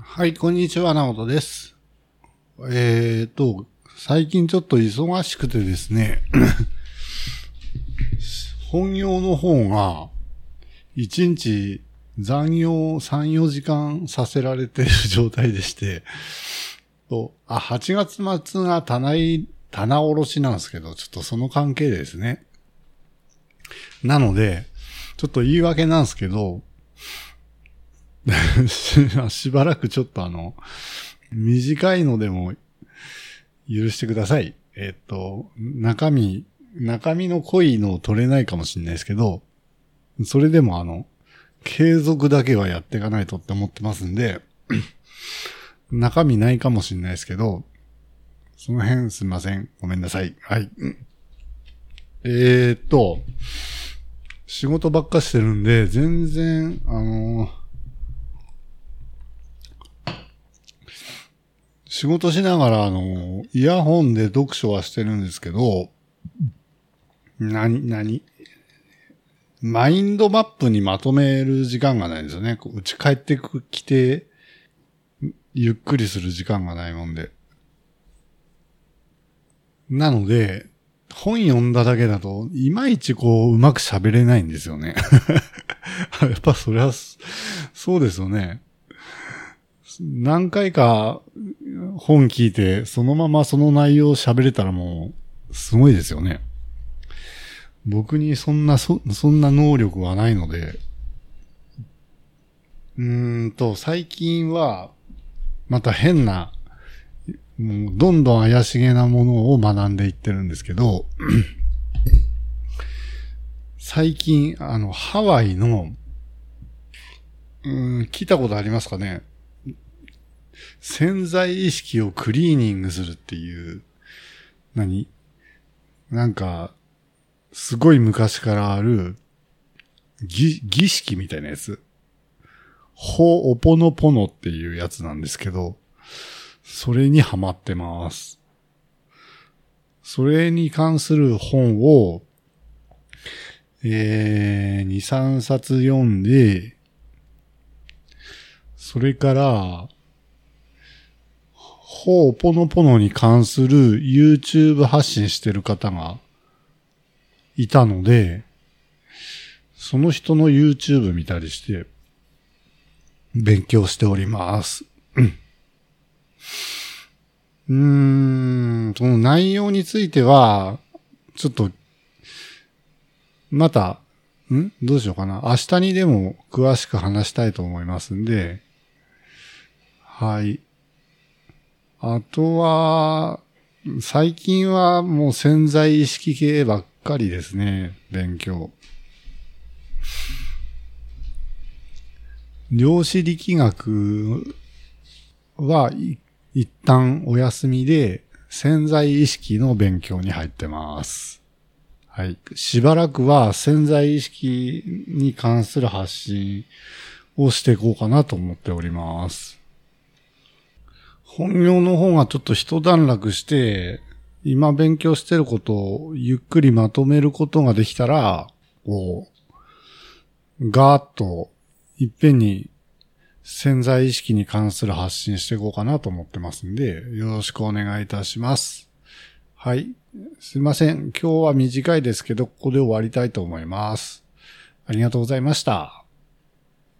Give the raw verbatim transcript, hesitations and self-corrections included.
はい、こんにちは、直人です。えーと、最近ちょっと忙しくてですね、本業の方が、いちにち残業さん、よじかんさせられている状態でして、とあ、はちがつ末が棚い、棚卸しなんですけど、ちょっとその関係でですね。なので、ちょっと言い訳なんですけど、しばらくちょっとあの、短いのでも許してください。えっと、中身、中身の濃いのを取れないかもしれないですけど、それでもあの、継続だけはやっていかないとって思ってますんで、中身ないかもしれないですけど、その辺すいません。ごめんなさい。はい。えーっと、仕事ばっかしてるんで、全然、あのー、仕事しながら、あの、イヤホンで読書はしてるんですけど、なに、なにマインドマップにまとめる時間がないんですよね。うち帰ってきて、ゆっくりする時間がないもんで。なので、本読んだだけだと、いまいちこう、うまく喋れないんですよね。やっぱそれは、そうですよね。何回か本聞いて、そのままその内容を喋れたらもう、すごいですよね。僕にそんな、そ、そんな能力はないので、うーんと、最近は、また変な、もうどんどん怪しげなものを学んでいってるんですけど、最近、あの、ハワイの、うーん、聞いたことありますかね？潜在意識をクリーニングするっていう、何？なんか、すごい昔からある、儀、儀式みたいなやつ。ホオポノポノっていうやつなんですけど、それにハマってます。それに関する本を、えー、に、さんさつ読んで、それから、ホオポノポノに関する YouTube 発信してる方がいたので、その人の YouTube 見たりして、勉強しております。うーん、その内容については、ちょっと、また、んどうしようかな。明日にでも詳しく話したいと思いますんで、はい。あとは、最近はもう潜在意識系ばっかりですね、勉強。量子力学は一旦お休みで潜在意識の勉強に入ってます。はい。しばらくは潜在意識に関する発信をしていこうかなと思っております。本業の方がちょっと一段落して、今勉強してることをゆっくりまとめることができたら、こう、ガーッといっぺんに潜在意識に関する発信していこうかなと思ってますんで、よろしくお願いいたします。はい。すいません。今日は短いですけど、ここで終わりたいと思います。ありがとうございました。